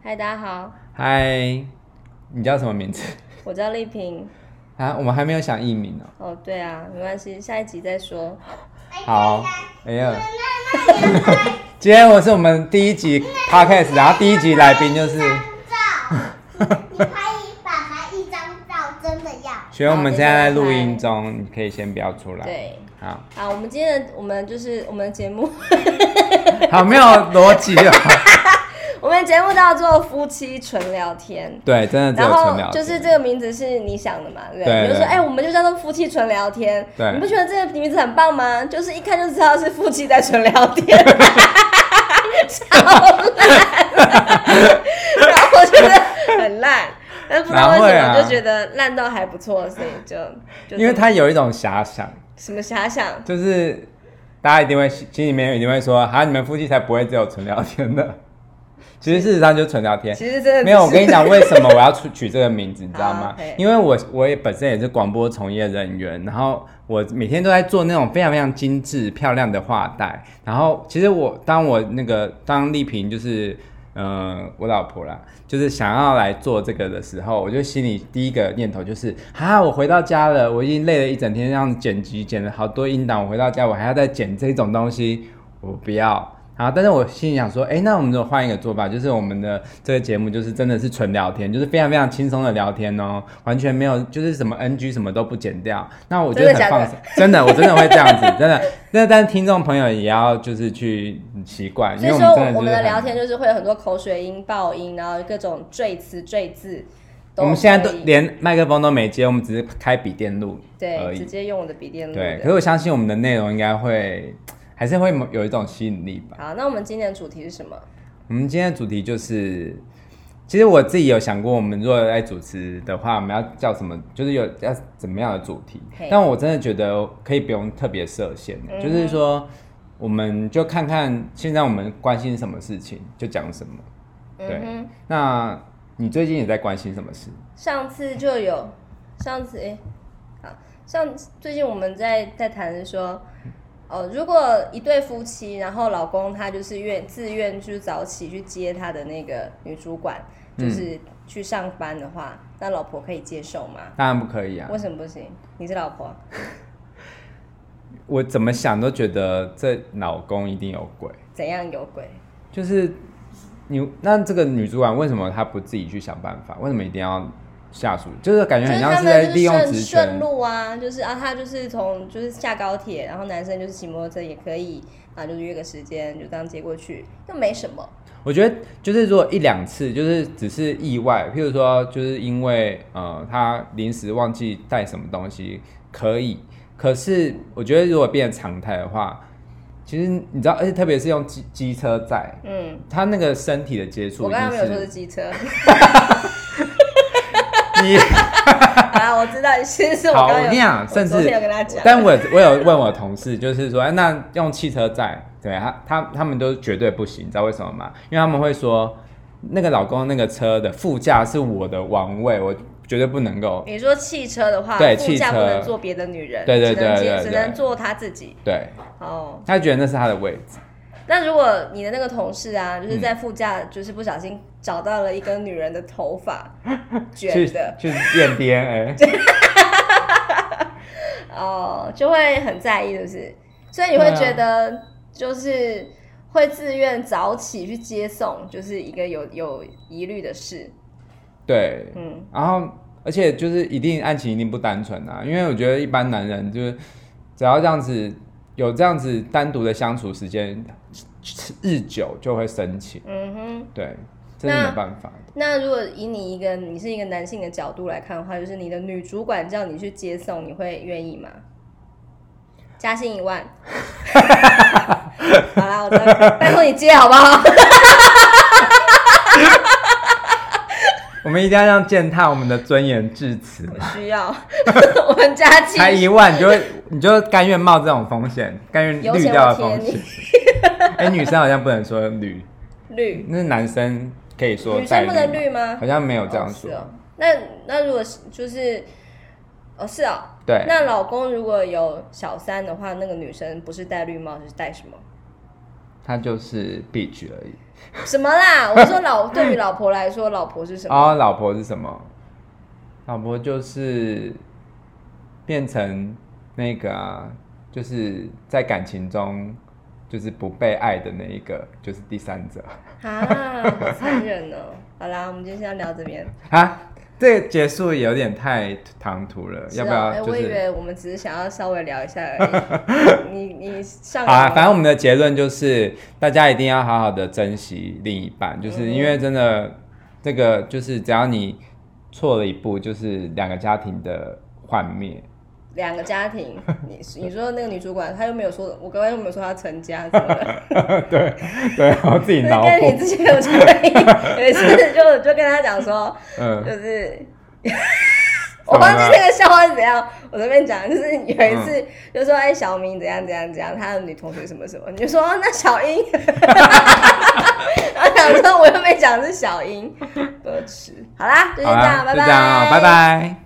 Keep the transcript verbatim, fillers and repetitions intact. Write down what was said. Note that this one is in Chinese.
嗨，大家好， 嗨，你叫什么名字？ 我叫丽萍。 啊，我们还没有想艺名哦。 哦，对啊，没关系，下一集再说。 好，哎呀，今天我是我们第一集 podcast， 然后第一集来宾就是， 你可以爸爸一张照，真的要。 所以我们现在在录音中，你可以先不要出来。 对， 好， 好，我们今天的我们就是我们的节目， 好，没有逻辑哦。 我们节目叫做夫妻纯聊天。 对，真的只然有纯聊天。 后就是这个名字是你想的嘛，对不对？ 对对比如说，哎、我们就叫做夫妻纯聊天。 对你不觉得这个名字很棒吗？就是一看就知道是夫妻在纯聊天，超烂。然后我觉得很烂，但不知道为什么、 啊、 就觉得烂到还不错，所以就就因为他有一种遐想， 什么遐想， 就是大家一定会心里面一定会说，哈，你们夫妻才不会只有纯聊天的。其实事实上就是纯聊天， 其实真的没有。我跟你讲，为什么我要取这个名字，你知道吗？ okay. 因为我我也本身也是广播从业人员，然后我每天都在做那种非常非常精致漂亮的画带。然后其实我当我那个当丽萍就是呃我老婆啦，就是想要来做这个的时候，我就心里第一个念头就是啊，我回到家了，我已经累了一整天，这样剪辑剪了好多音档，我回到家我还要再剪这种东西，我不要。啊！但是我心里想说，哎、欸，那我们就换一个做法，就是我们的这个节目就是真的是纯聊天，就是非常非常轻松的聊天哦，完全没有就是什么 N G 什么都不剪掉。那我觉得很放松，真的，我真的会这样子，真的。那但是听众朋友也要就是去习惯，因为我们真的我们的聊天就是会有很多口水音、爆音，然后各种赘词赘字。 我们现在都连麦克风都没接，我们只是开笔电录而已， 对，直接用我的笔电录。 对，可是我相信我们的内容应该会。还是会有一种吸引力吧。 好，那我们今天的主题是什么？ 我们今天的主题就是，其实我自己有想过，我们如果来主持的话，我们要叫什么？就是有要怎么样的主题？ Hey. 但我真的觉得可以不用特别设限、嗯，就是说，我们就看看现在我们关心什么事情，就讲什么。对、嗯，那你最近也在关心什么事？ 上次就有，上次哎、欸，好，像最近我们在在谈的说。哦，如果一对夫妻，然后老公他就是愿自愿就是早起去接他的那个女主管，就是去上班的话，嗯、那老婆可以接受吗？ 当然不可以啊！ 为什么不行？你是老婆？ 我怎么想都觉得这老公一定有鬼。 怎样有鬼？ 就是你那这个女主管为什么她不自己去想办法？为什么一定要？下属就是感觉很像是在利用职权， 顺路啊，就是啊，他就是从就是下高铁，然后男生就是骑摩托车也可以，然后就是约个时间就这样接过去，又没什么。 我觉得就是如果一两次，就是只是意外，譬如说就是因为呃他临时忘记带什么东西，可以。可是我觉得如果变成常态的话，其实你知道，而且特别是用机机车载，嗯，他那个身体的接触， 我刚刚没有说是机车。好啦，我知道，其实是我刚刚有。 好，我跟你讲，甚至我昨天有跟他讲， 但我我有问我同事，就是说，那用汽车载，对他他他们都绝对不行，你知道为什么吗？因为他们会说，那个老公那个车的副驾是我的王位，我绝对不能够。 你说汽车的话， 对， 副驾不能坐别的女人， 对对对 对, 对, 对， 只能坐他自己。 对， 哦， 他觉得那是他的位置。 那如果你的那个同事啊，就是在副驾，就是不小心找到了一个女人的头发卷的， 去验 D N A， 哦，就会很在意，是不是？所以你会觉得就是会自愿早起去接送，就是一个有有疑虑的事。 对，嗯，然后而且就是一定案情一定不单纯啊，因为我觉得一般男人就是只要这样子。有这样子单独的相处时间，日久就会生情。嗯哼，对，真的没办法。 那, 那如果以你一个你是一个男性的角度来看的话，就是你的女主管叫你去接送，你会愿意吗？加薪一万。好啦，我拜托你接好不好？ 我们一定要让践踏我们的尊严致辞。 我需要，我们加薪才一万，你就会你就甘愿冒这种风险，甘愿滤掉的风险。哎、欸，女生好像不能说绿绿， 那男生可以说女生不能绿吗？ 好像没有这样说。 哦哦、那那如果就是哦是哦， 对， 那老公如果有小三的话，那个女生不是戴绿帽，就是戴什么？ 它就是 bitch 而已。 什么啦？我说老对于老婆来说，老婆是什么？ 哦，老婆是什么？老婆就是变成那个啊，就是在感情中就是不被爱的那一个，就是第三者。 啊，好残忍哦！好啦，我们今天先聊这边。 啊，这个结束有点太唐突了， 是哦、 要不要、 欸？ 就是？ 我以为我们只是想要稍微聊一下而已。你你上好啊，反正我们的结论就是，大家一定要好好的珍惜另一半，就是因为真的这个就是只要你错了一步，就是两个家庭的幻灭。 两个家庭，你你说那个女主管，她又没有说，我刚刚又没有说她成家什么的。 对对，我自己脑补。 跟你之前有讲有一次就就跟她讲说，嗯，就是。我忘记那个笑话是怎样，我这边讲就是有一次就说哎、欸、小明怎样怎样怎样，他的女同学什么什么，你就说、哦、那小英，然后想说我又没讲是小英，不吃，好啦，就先这样，拜拜， 就这样、哦，拜拜。